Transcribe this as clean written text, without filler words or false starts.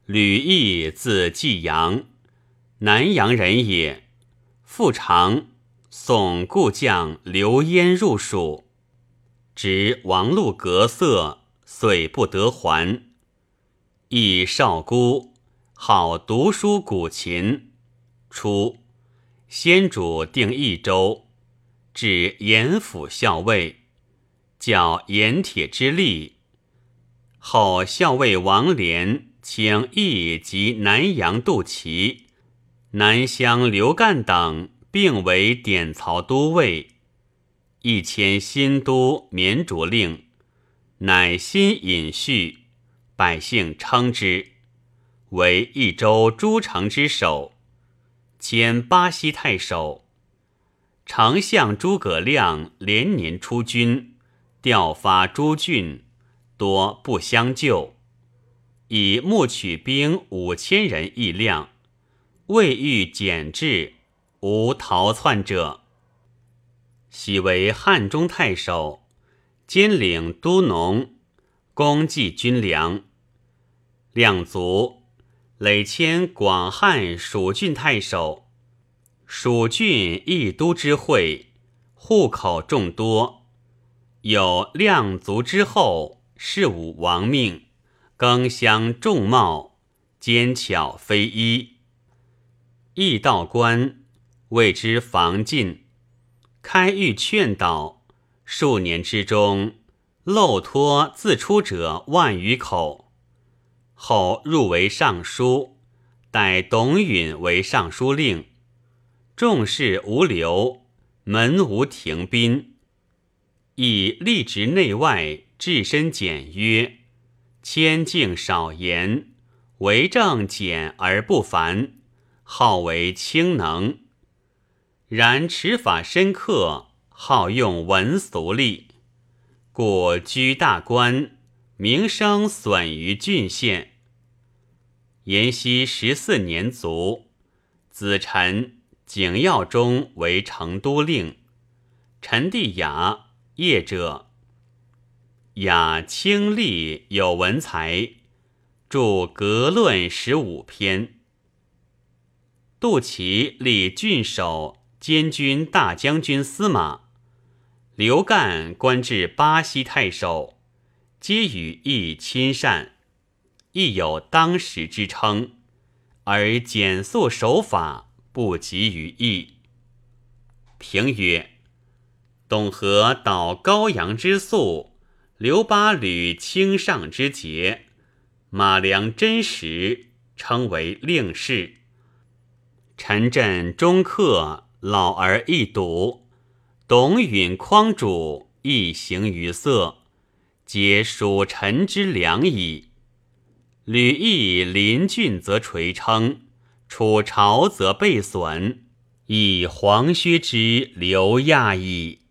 吕毅字季阳，南阳人也。父常送故将刘焉入蜀，执王禄阁色，遂不得还。亦少孤，好读书古琴。初，先主定益州，至盐府校尉，教盐铁之力。后校尉王廉请义及南阳杜齐、南乡刘干等并为典曹都尉，亦迁新都绵竹令，乃新隐序，百姓称之，为益州诸城之首。迁巴西太守。丞相诸葛亮连年出军，调发诸郡，多不相救，以募取兵5000人议量，未遇减制，无逃窜者。喜为汉中太守，兼领都农，供给军粮。亮卒，累迁广汉蜀郡太守。蜀郡一都之会，户口众多，有亮卒之后，事武亡命，更相重茂，奸巧非一。义道官为之防禁，开狱劝导，数年之中，漏脱自出者万余口。后入为尚书，代董允为尚书令。众事无留，门无停宾，以吏职内外治身简约，谦敬少言，为政简而不繁，好为清能。然持法深刻，好用文俗吏，故居大官，名声损于郡县。延熙14年卒，子陈景耀中为成都令。陈弟雅，业者。雅清丽有文才，著格论15篇。杜齐立郡守，监军大将军司马。刘干官至巴西太守，皆与义亲善，亦有当时之称，而简素守法，不及于义。评曰：董和导高阳之粟，刘巴吕清上之节，马良真实，称为令士。陈震中克，老而易笃。董允匡主，亦行于色，皆属陈之良矣。吕毅临郡则垂称，处朝则备损，以黄薛之刘亚矣。